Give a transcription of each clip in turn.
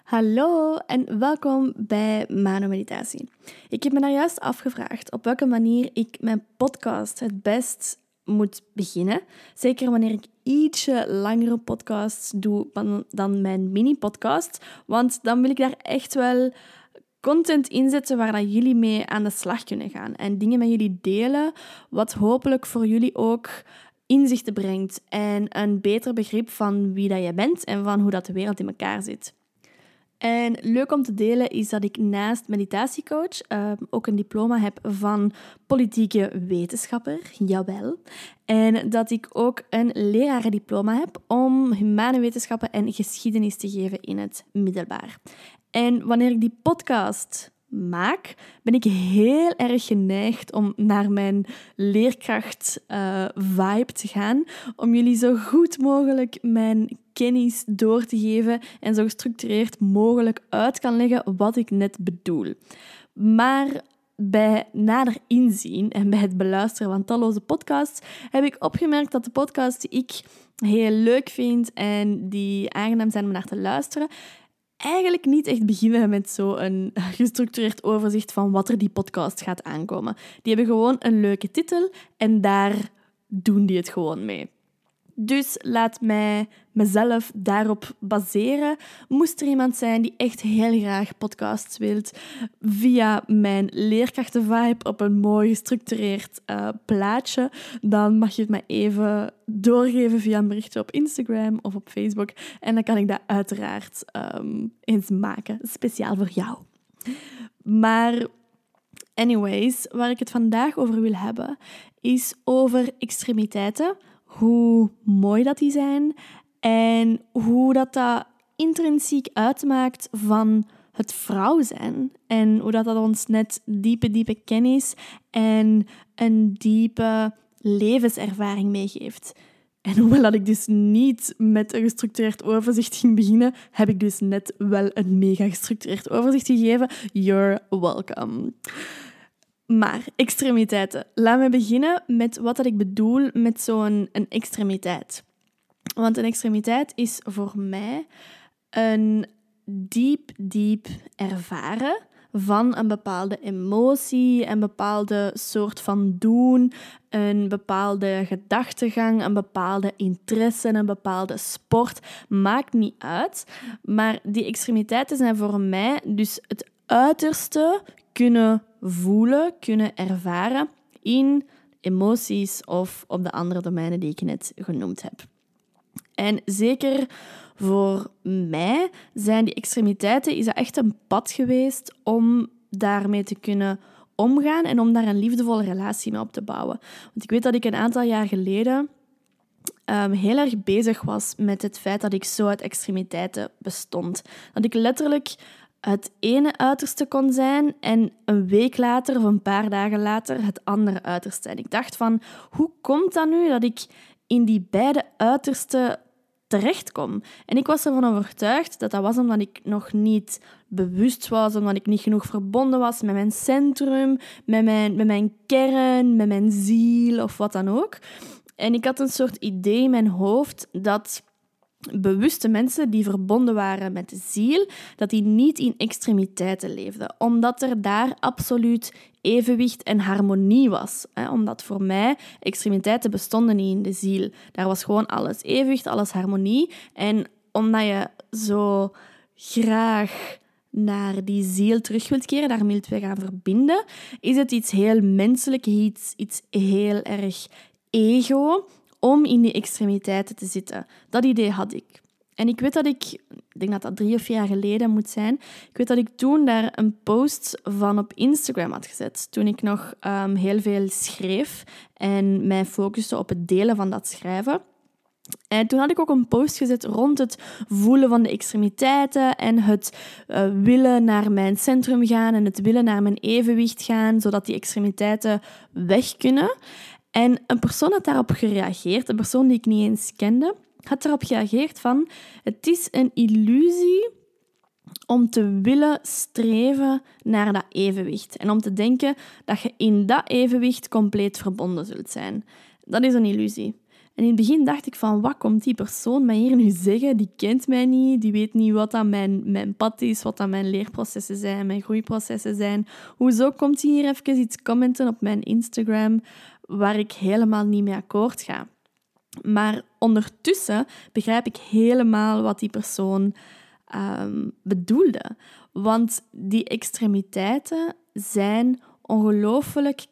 Hallo en welkom bij Mano Meditatie. Ik heb me daar juist afgevraagd op welke manier ik mijn podcast het best moet beginnen. Zeker wanneer ik ietsje langere podcasts doe dan mijn mini-podcast. Want dan wil ik daar echt wel content inzetten waar dat jullie mee aan de slag kunnen gaan. En dingen met jullie delen, wat hopelijk voor jullie ook inzichten brengt. En een beter begrip van wie dat jij bent en van hoe dat de wereld in elkaar zit. En leuk om te delen is dat ik naast meditatiecoach ook een diploma heb van politieke wetenschapper, jawel. En dat ik ook een lerarendiploma heb om humane wetenschappen en geschiedenis te geven in het middelbaar. En wanneer ik die podcast maak, ben ik heel erg geneigd om naar mijn leerkracht-vibe te gaan, om jullie zo goed mogelijk mijn kennis door te geven en zo gestructureerd mogelijk uit kan leggen wat ik net bedoel. Maar bij nader inzien en bij het beluisteren van talloze podcasts heb ik opgemerkt dat de podcasts die ik heel leuk vind en die aangenaam zijn om naar te luisteren, eigenlijk niet echt beginnen met zo'n gestructureerd overzicht van wat er die podcast gaat aankomen. Die hebben gewoon een leuke titel en daar doen die het gewoon mee. Dus laat mij mezelf daarop baseren. Moest er iemand zijn die echt heel graag podcasts wilt via mijn leerkrachtenvibe op een mooi gestructureerd plaatje, dan mag je het mij even doorgeven via een berichtje op Instagram of op Facebook. En dan kan ik dat uiteraard eens maken, speciaal voor jou. Maar anyways, waar ik het vandaag over wil hebben, is over extremiteiten. Hoe mooi dat die zijn en hoe dat intrinsiek uitmaakt van het vrouw zijn. En hoe dat ons net diepe kennis en een diepe levenservaring meegeeft. En hoewel dat ik dus niet met een gestructureerd overzicht ging beginnen, heb ik dus net wel een mega gestructureerd overzicht gegeven. You're welcome. Maar extremiteiten. Laten we beginnen met wat ik bedoel met zo'n extremiteit. Want een extremiteit is voor mij een diep ervaren van een bepaalde emotie, een bepaalde soort van doen, een bepaalde gedachtegang, een bepaalde interesse, een bepaalde sport. Maakt niet uit. Maar die extremiteiten zijn voor mij dus het uiterste kunnen voelen, kunnen ervaren in emoties of op de andere domeinen die ik net genoemd heb. En zeker voor mij zijn die extremiteiten is dat echt een pad geweest om daarmee te kunnen omgaan en om daar een liefdevolle relatie mee op te bouwen. Want ik weet dat ik een aantal jaar geleden heel erg bezig was met het feit dat ik zo uit extremiteiten bestond. Dat ik letterlijk het ene uiterste kon zijn en een week later of een paar dagen later het andere uiterste. En ik dacht van, hoe komt dat nu dat ik in die beide uitersten terechtkom? En ik was ervan overtuigd dat dat was omdat ik nog niet bewust was, omdat ik niet genoeg verbonden was met mijn centrum, met mijn kern, met mijn ziel of wat dan ook. En ik had een soort idee in mijn hoofd dat bewuste mensen die verbonden waren met de ziel, dat die niet in extremiteiten leefden, omdat er daar absoluut evenwicht en harmonie was. Omdat voor mij extremiteiten bestonden niet in de ziel. Daar was gewoon alles evenwicht, alles harmonie. En omdat je zo graag naar die ziel terug wilt keren, daar wilt we gaan verbinden, is het iets heel menselijk, iets heel erg ego, om in die extremiteiten te zitten. Dat idee had ik. En ik weet dat ik denk dat dat 3 of 4 jaar geleden moet zijn, ik weet dat ik toen daar een post van op Instagram had gezet. Toen ik nog heel veel schreef en mij focuste op het delen van dat schrijven. En toen had ik ook een post gezet rond het voelen van de extremiteiten en het willen naar mijn centrum gaan en het willen naar mijn evenwicht gaan, zodat die extremiteiten weg kunnen. En een persoon had daarop gereageerd, een persoon die ik niet eens kende, had daarop gereageerd van: het is een illusie om te willen streven naar dat evenwicht en om te denken dat je in dat evenwicht compleet verbonden zult zijn. Dat is een illusie. En in het begin dacht ik van, wat komt die persoon mij hier nu zeggen? Die kent mij niet, die weet niet wat dat mijn pad is, wat dat mijn leerprocessen zijn, mijn groeiprocessen zijn. Hoezo komt hij hier even iets commenten op mijn Instagram waar ik helemaal niet mee akkoord ga? Maar ondertussen begrijp ik helemaal wat die persoon bedoelde. Want die extremiteiten zijn ongelooflijk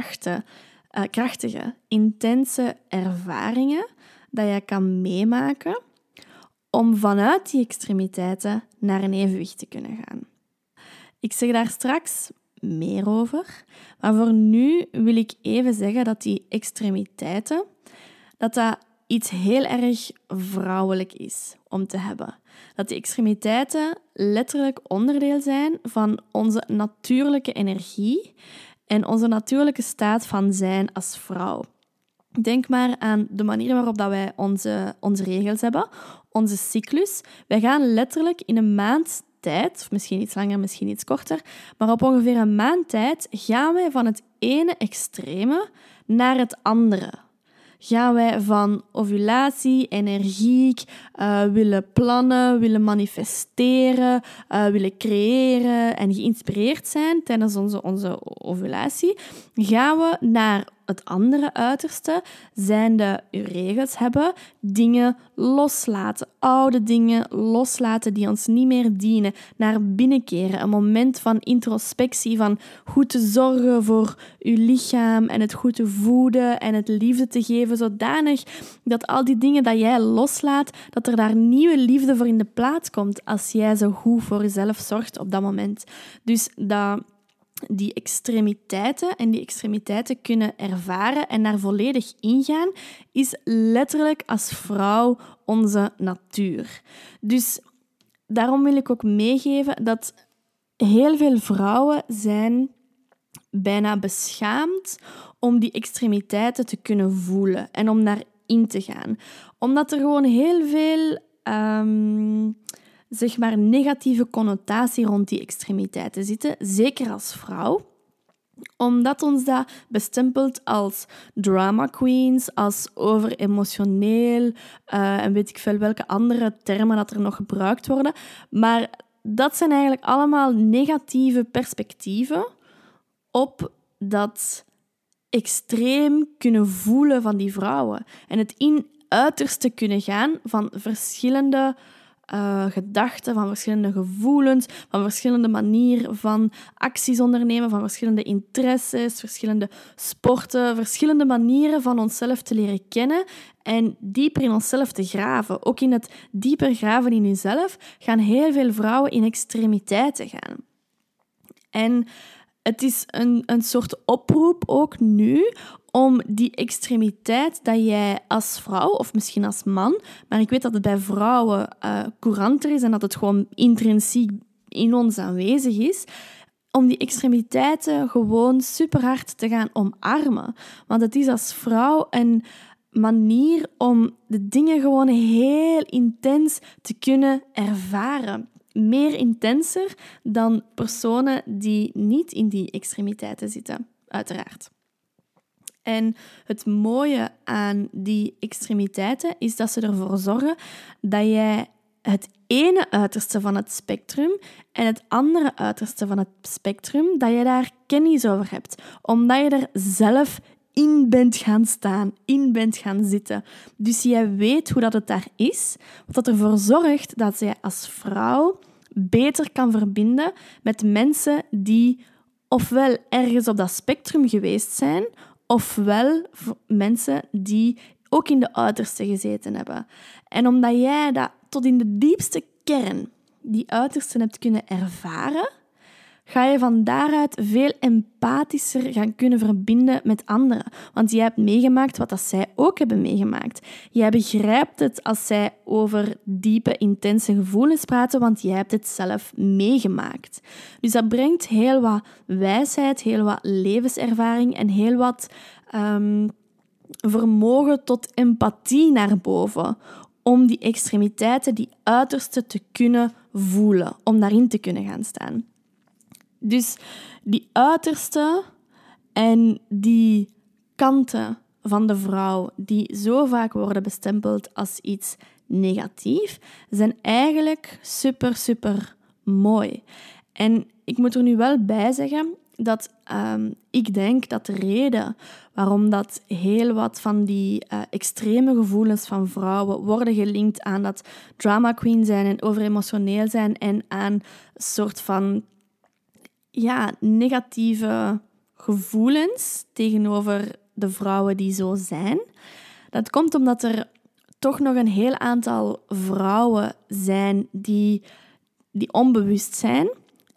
krachtige, intense ervaringen dat je kan meemaken om vanuit die extremiteiten naar een evenwicht te kunnen gaan. Ik zeg daar straks meer over, maar voor nu wil ik even zeggen dat die extremiteiten, dat iets heel erg vrouwelijk is om te hebben. Dat die extremiteiten letterlijk onderdeel zijn van onze natuurlijke energie en onze natuurlijke staat van zijn als vrouw. Denk maar aan de manier waarop dat wij onze regels hebben, onze cyclus. Wij gaan letterlijk in een maand tijd, of misschien iets langer, misschien iets korter, maar op ongeveer een maand tijd gaan wij van het ene extreme naar het andere. Gaan wij van ovulatie, energiek, willen plannen, willen manifesteren, willen creëren en geïnspireerd zijn tijdens onze ovulatie, gaan we naar het andere uiterste, zijnde regels hebben, dingen loslaten, oude dingen loslaten die ons niet meer dienen, naar binnen keren, een moment van introspectie, van goed te zorgen voor uw lichaam en het goed te voeden en het liefde te geven, zodanig dat al die dingen dat jij loslaat, dat er daar nieuwe liefde voor in de plaats komt als jij zo goed voor jezelf zorgt op dat moment. Dus die extremiteiten kunnen ervaren en daar volledig ingaan, is letterlijk als vrouw onze natuur. Dus daarom wil ik ook meegeven dat heel veel vrouwen zijn bijna beschaamd om die extremiteiten te kunnen voelen en om daarin te gaan. Omdat er gewoon heel veel negatieve connotatie rond die extremiteiten zitten, zeker als vrouw. Omdat ons dat bestempelt als drama queens, als overemotioneel en weet ik veel welke andere termen dat er nog gebruikt worden. Maar dat zijn eigenlijk allemaal negatieve perspectieven op dat extreem kunnen voelen van die vrouwen. En het in uiterste kunnen gaan van verschillende gedachten, van verschillende gevoelens, van verschillende manieren van acties ondernemen, van verschillende interesses, verschillende sporten, verschillende manieren van onszelf te leren kennen en dieper in onszelf te graven. Ook in het dieper graven in jezelf gaan heel veel vrouwen in extremiteiten gaan. En het is een soort oproep ook nu om die extremiteit dat jij als vrouw, of misschien als man, maar ik weet dat het bij vrouwen couranter is en dat het gewoon intrinsiek in ons aanwezig is, om die extremiteiten gewoon superhard te gaan omarmen. Want het is als vrouw een manier om de dingen gewoon heel intens te kunnen ervaren. Meer intenser dan personen die niet in die extremiteiten zitten, uiteraard. En het mooie aan die extremiteiten is dat ze ervoor zorgen dat jij het ene uiterste van het spectrum en het andere uiterste van het spectrum, dat je daar kennis over hebt. Omdat je er zelf in bent gaan staan, in bent gaan zitten. Dus jij weet hoe dat het daar is, wat ervoor zorgt dat jij als vrouw beter kan verbinden met mensen die ofwel ergens op dat spectrum geweest zijn, ofwel mensen die ook in de uiterste gezeten hebben. En omdat jij dat tot in de diepste kern, die uitersten, hebt kunnen ervaren, ga je van daaruit veel empathischer gaan kunnen verbinden met anderen. Want jij hebt meegemaakt wat dat zij ook hebben meegemaakt. Jij begrijpt het als zij over diepe, intense gevoelens praten, want jij hebt het zelf meegemaakt. Dus dat brengt heel wat wijsheid, heel wat levenservaring en heel wat vermogen tot empathie naar boven. Om die extremiteiten, die uiterste te kunnen voelen. Om daarin te kunnen gaan staan. Dus die uiterste en die kanten van de vrouw die zo vaak worden bestempeld als iets negatief, zijn eigenlijk super, super mooi. En ik moet er nu wel bij zeggen dat ik denk dat de reden waarom dat heel wat van die extreme gevoelens van vrouwen worden gelinkt aan dat drama queen zijn en overemotioneel zijn en aan een soort van negatieve gevoelens tegenover de vrouwen die zo zijn. Dat komt omdat er toch nog een heel aantal vrouwen zijn die onbewust zijn,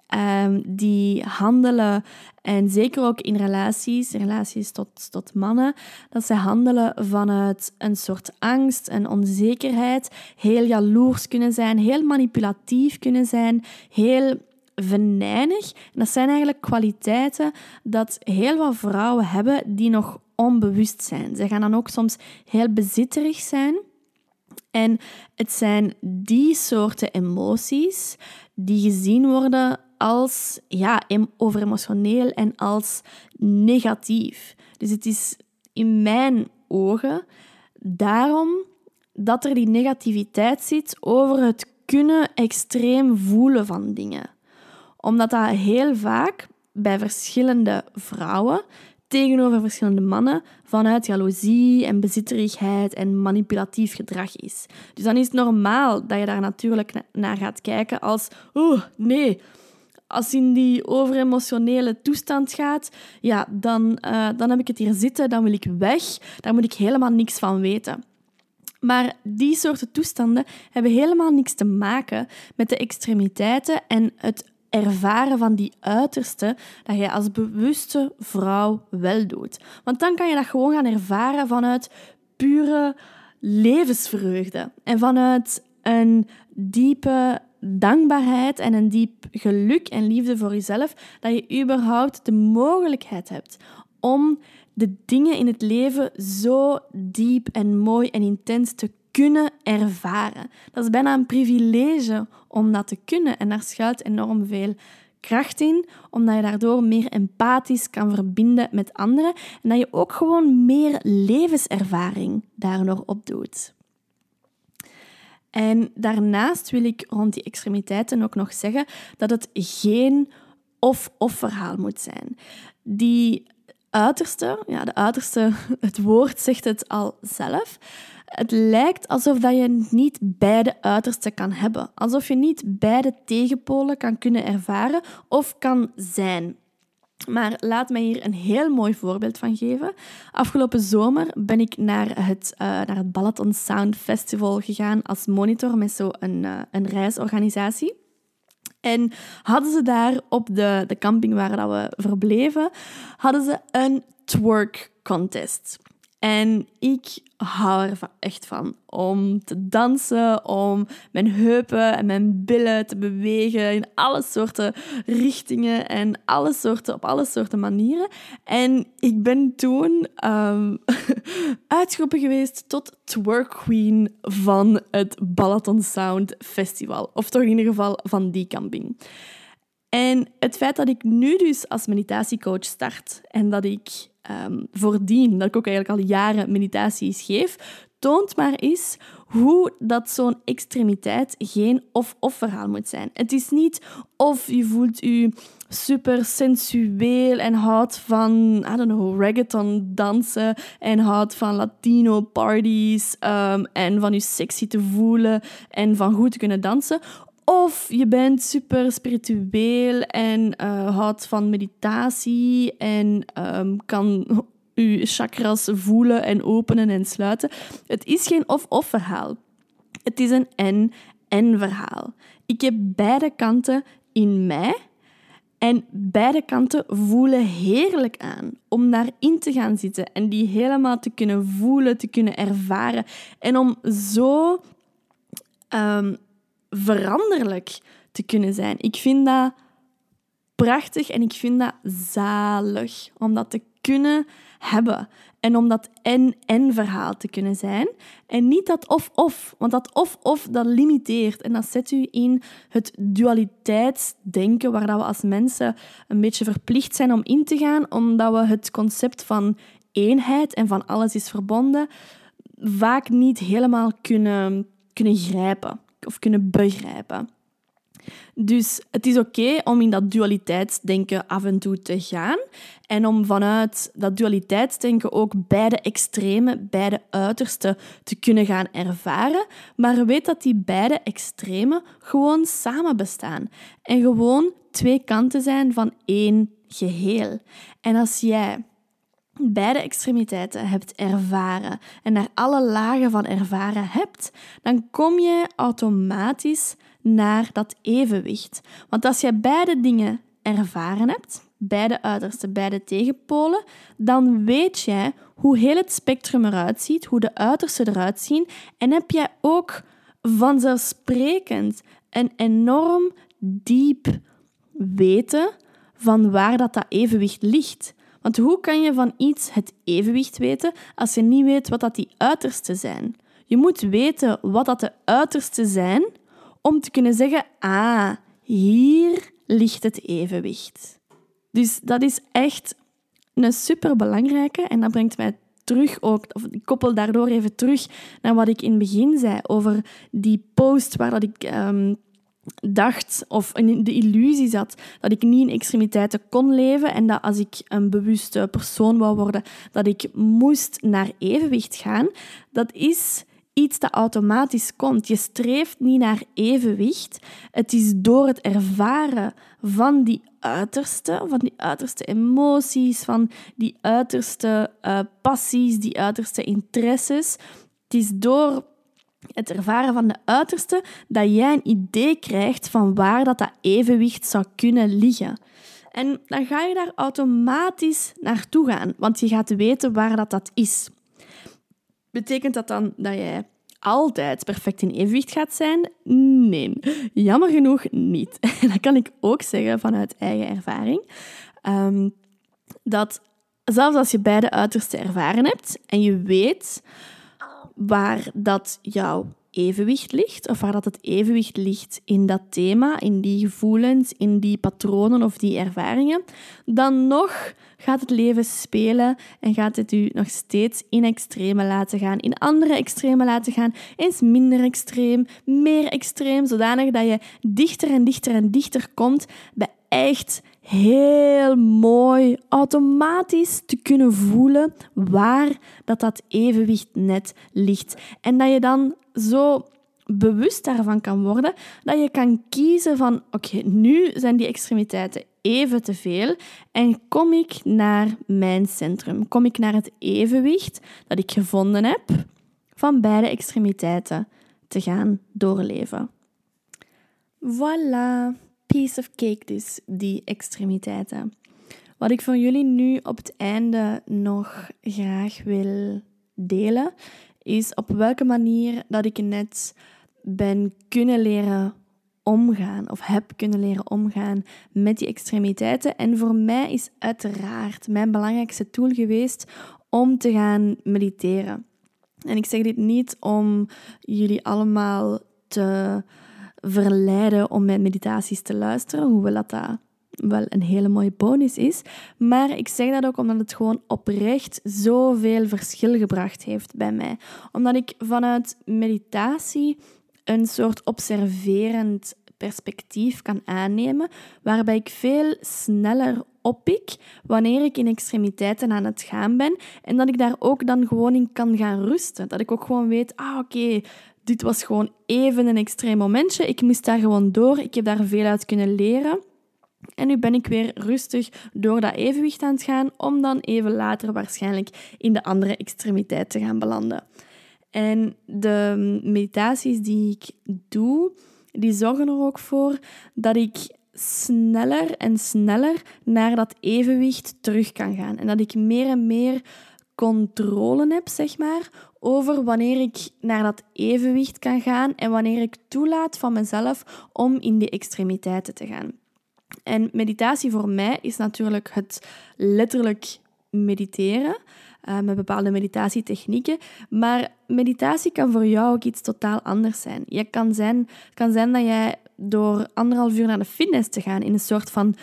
die handelen, en zeker ook in relaties tot mannen, dat zij handelen vanuit een soort angst en onzekerheid, heel jaloers kunnen zijn, heel manipulatief kunnen zijn, heel venijnig. En dat zijn eigenlijk kwaliteiten dat heel wat vrouwen hebben die nog onbewust zijn. Zij gaan dan ook soms heel bezitterig zijn. En het zijn die soorten emoties die gezien worden als overemotioneel en als negatief. Dus het is in mijn ogen daarom dat er die negativiteit zit over het kunnen extreem voelen van dingen. Omdat dat heel vaak bij verschillende vrouwen tegenover verschillende mannen vanuit jaloezie en bezitterigheid en manipulatief gedrag is. Dus dan is het normaal dat je daar natuurlijk naar gaat kijken als nee, als je in die overemotionele toestand gaat, dan heb ik het hier zitten, dan wil ik weg, daar moet ik helemaal niks van weten. Maar die soorten toestanden hebben helemaal niks te maken met de extremiteiten en het ervaren van die uiterste dat je als bewuste vrouw wel doet. Want dan kan je dat gewoon gaan ervaren vanuit pure levensvreugde en vanuit een diepe dankbaarheid en een diep geluk en liefde voor jezelf, dat je überhaupt de mogelijkheid hebt om de dingen in het leven zo diep en mooi en intens te kunnen ervaren. Dat is bijna een privilege om dat te kunnen en daar schuilt enorm veel kracht in, omdat je daardoor meer empathisch kan verbinden met anderen en dat je ook gewoon meer levenservaring daar nog op doet. En daarnaast wil ik rond die extremiteiten ook nog zeggen dat het geen of-of verhaal moet zijn. Die uiterste, de uiterste, het woord zegt het al zelf. Het lijkt alsof dat je niet beide uitersten kan hebben. Alsof je niet beide tegenpolen kan kunnen ervaren of kan zijn. Maar laat mij hier een heel mooi voorbeeld van geven. Afgelopen zomer ben ik naar het Balaton Sound Festival gegaan als monitor met een reisorganisatie. En hadden ze daar op de camping waar dat we verbleven, hadden ze een twerk contest. En ik hou er echt van om te dansen, om mijn heupen en mijn billen te bewegen in alle soorten richtingen en op alle soorten manieren. En ik ben toen uitgeroepen geweest tot twerk queen van het Balaton Sound Festival. Of toch in ieder geval van die camping. En het feit dat ik nu dus als meditatiecoach start en dat ik voordien, dat ik ook eigenlijk al jaren meditaties geef, toont maar eens hoe dat zo'n extremiteit geen of-of verhaal moet zijn. Het is niet of je voelt je super sensueel en houdt van, reggaeton dansen en houdt van Latino parties en van je sexy te voelen en van goed te kunnen dansen. Of je bent super spiritueel en houdt van meditatie en kan je chakras voelen en openen en sluiten. Het is geen of-of verhaal. Het is een en-en verhaal. Ik heb beide kanten in mij en beide kanten voelen heerlijk aan om daarin te gaan zitten en die helemaal te kunnen voelen, te kunnen ervaren en om zo veranderlijk te kunnen zijn. Ik vind dat prachtig en ik vind dat zalig om dat te kunnen hebben en om dat en verhaal te kunnen zijn en niet dat of-of, want dat of-of dat limiteert en dat zet u in het dualiteitsdenken waar dat we als mensen een beetje verplicht zijn om in te gaan, omdat we het concept van eenheid en van alles is verbonden, vaak niet helemaal kunnen grijpen of kunnen begrijpen. Dus het is oké om in dat dualiteitsdenken af en toe te gaan en om vanuit dat dualiteitsdenken ook beide extremen, beide uitersten te kunnen gaan ervaren. Maar weet dat die beide extremen gewoon samen bestaan en gewoon twee kanten zijn van één geheel. En als jij beide extremiteiten hebt ervaren en daar alle lagen van ervaren hebt, dan kom je automatisch naar dat evenwicht. Want als je beide dingen ervaren hebt, beide uitersten, beide tegenpolen, dan weet jij hoe heel het spectrum eruit ziet, hoe de uitersten eruit zien en heb jij ook vanzelfsprekend een enorm diep weten van waar dat evenwicht ligt. Want hoe kan je van iets het evenwicht weten als je niet weet wat dat die uitersten zijn? Je moet weten wat dat de uitersten zijn om te kunnen zeggen, hier ligt het evenwicht. Dus dat is echt een superbelangrijke en dat brengt mij terug ook, of ik koppel daardoor even terug naar wat ik in het begin zei over die post waar dat ik dacht of in de illusie zat dat ik niet in extremiteiten kon leven en dat als ik een bewuste persoon wou worden, dat ik moest naar evenwicht gaan. Dat is iets dat automatisch komt. Je streeft niet naar evenwicht. Het is door het ervaren van die uiterste emoties, van die uiterste passies, die uiterste interesses. Het is door het ervaren van de uiterste dat jij een idee krijgt van waar dat evenwicht zou kunnen liggen. En dan ga je daar automatisch naartoe gaan, want je gaat weten waar dat is. Betekent dat dan dat jij altijd perfect in evenwicht gaat zijn? Nee, jammer genoeg niet. En dat kan ik ook zeggen vanuit eigen ervaring. Dat zelfs als je beide uitersten ervaren hebt en je weet waar dat jouw evenwicht ligt, of waar dat het evenwicht ligt in dat thema, in die gevoelens, in die patronen of die ervaringen, dan nog gaat het leven spelen en gaat het u nog steeds in extreme laten gaan, in andere extreme laten gaan, eens minder extreem, meer extreem, zodanig dat je dichter en dichter en dichter komt bij echt heel mooi automatisch te kunnen voelen waar dat evenwicht net ligt. En dat je dan zo bewust daarvan kan worden dat je kan kiezen van oké, nu zijn die extremiteiten even te veel en kom ik naar mijn centrum, kom ik naar het evenwicht dat ik gevonden heb van beide extremiteiten te gaan doorleven. Voilà. Piece of cake dus, die extremiteiten. Wat ik voor jullie nu op het einde nog graag wil delen, is op welke manier dat ik net ben kunnen leren omgaan, of heb kunnen leren omgaan met die extremiteiten. En voor mij is uiteraard mijn belangrijkste tool geweest om te gaan mediteren. En ik zeg dit niet om jullie allemaal te verleiden om mijn meditaties te luisteren, hoewel dat wel een hele mooie bonus is. Maar ik zeg dat ook omdat het gewoon oprecht zoveel verschil gebracht heeft bij mij. Omdat ik vanuit meditatie een soort observerend perspectief kan aannemen, waarbij ik veel sneller oppik wanneer ik in extremiteiten aan het gaan ben en dat ik daar ook dan gewoon in kan gaan rusten. Dat ik ook gewoon weet, oké, dit was gewoon even een extreem momentje. Ik moest daar gewoon door. Ik heb daar veel uit kunnen leren. En nu ben ik weer rustig door dat evenwicht aan het gaan, om dan even later waarschijnlijk in de andere extremiteit te gaan belanden. En de meditaties die ik doe, die zorgen er ook voor dat ik sneller en sneller naar dat evenwicht terug kan gaan. En dat ik meer en meer controle heb, zeg maar, over wanneer ik naar dat evenwicht kan gaan en wanneer ik toelaat van mezelf om in die extremiteiten te gaan. En meditatie voor mij is natuurlijk het letterlijk mediteren met bepaalde meditatietechnieken. Maar meditatie kan voor jou ook iets totaal anders zijn. Het kan zijn dat jij door 1,5 uur naar de fitness te gaan in een soort van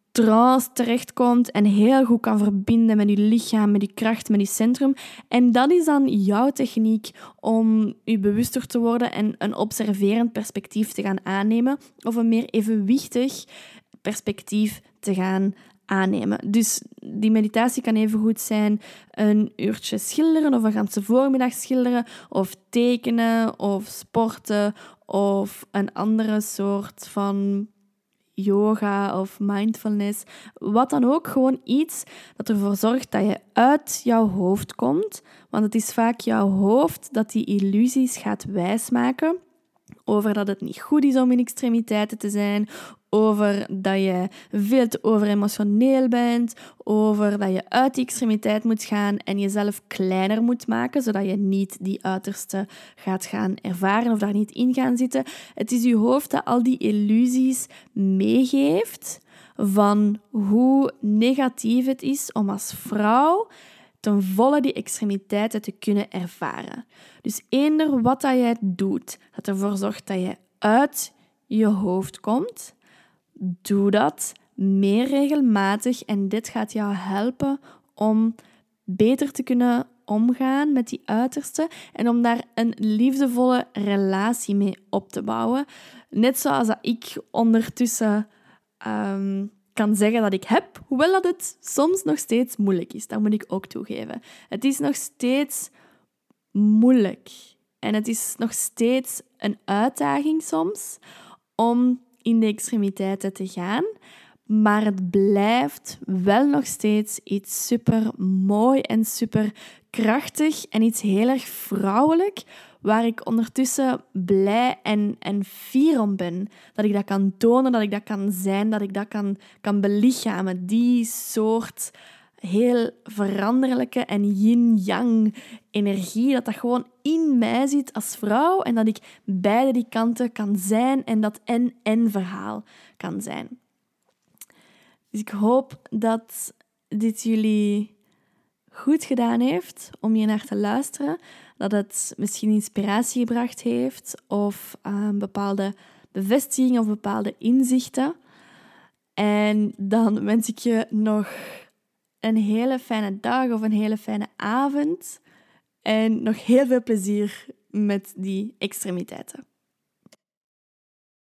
trance terechtkomt en heel goed kan verbinden met je lichaam, met je kracht, met je centrum. En dat is dan jouw techniek om je bewuster te worden en een observerend perspectief te gaan aannemen of een meer evenwichtig perspectief te gaan aannemen. Dus die meditatie kan even goed zijn een uurtje schilderen of een ganse voormiddag schilderen of tekenen of sporten of een andere soort van yoga of mindfulness. Wat dan ook, gewoon iets dat ervoor zorgt dat je uit jouw hoofd komt. Want het is vaak jouw hoofd dat die illusies gaat wijsmaken over dat het niet goed is om in extremiteiten te zijn, over dat je veel te overemotioneel bent, over dat je uit die extremiteit moet gaan en jezelf kleiner moet maken, zodat je niet die uiterste gaat gaan ervaren of daar niet in gaan zitten. Het is je hoofd dat al die illusies meegeeft van hoe negatief het is om als vrouw ten volle die extremiteiten te kunnen ervaren. Dus eender wat dat jij doet, dat ervoor zorgt dat je uit je hoofd komt, doe dat meer regelmatig en dit gaat jou helpen om beter te kunnen omgaan met die uiterste en om daar een liefdevolle relatie mee op te bouwen. Net zoals dat ik ondertussen kan zeggen dat ik heb, hoewel dat het soms nog steeds moeilijk is. Dat moet ik ook toegeven. Het is nog steeds moeilijk. En het is nog steeds een uitdaging soms om in de extremiteiten te gaan. Maar het blijft wel nog steeds iets super mooi en super krachtig en iets heel erg vrouwelijk, waar ik ondertussen blij en fier om ben. Dat ik dat kan tonen, dat ik dat kan zijn, dat ik dat kan belichamen. Die soort heel veranderlijke en yin-yang energie, dat gewoon in mij zit als vrouw en dat ik beide die kanten kan zijn en dat en verhaal kan zijn. Dus ik hoop dat dit jullie goed gedaan heeft om hier naar te luisteren. Dat het misschien inspiratie gebracht heeft of bepaalde bevestiging of bepaalde inzichten. En dan wens ik je nog een hele fijne dag of een hele fijne avond. En nog heel veel plezier met die extremiteiten.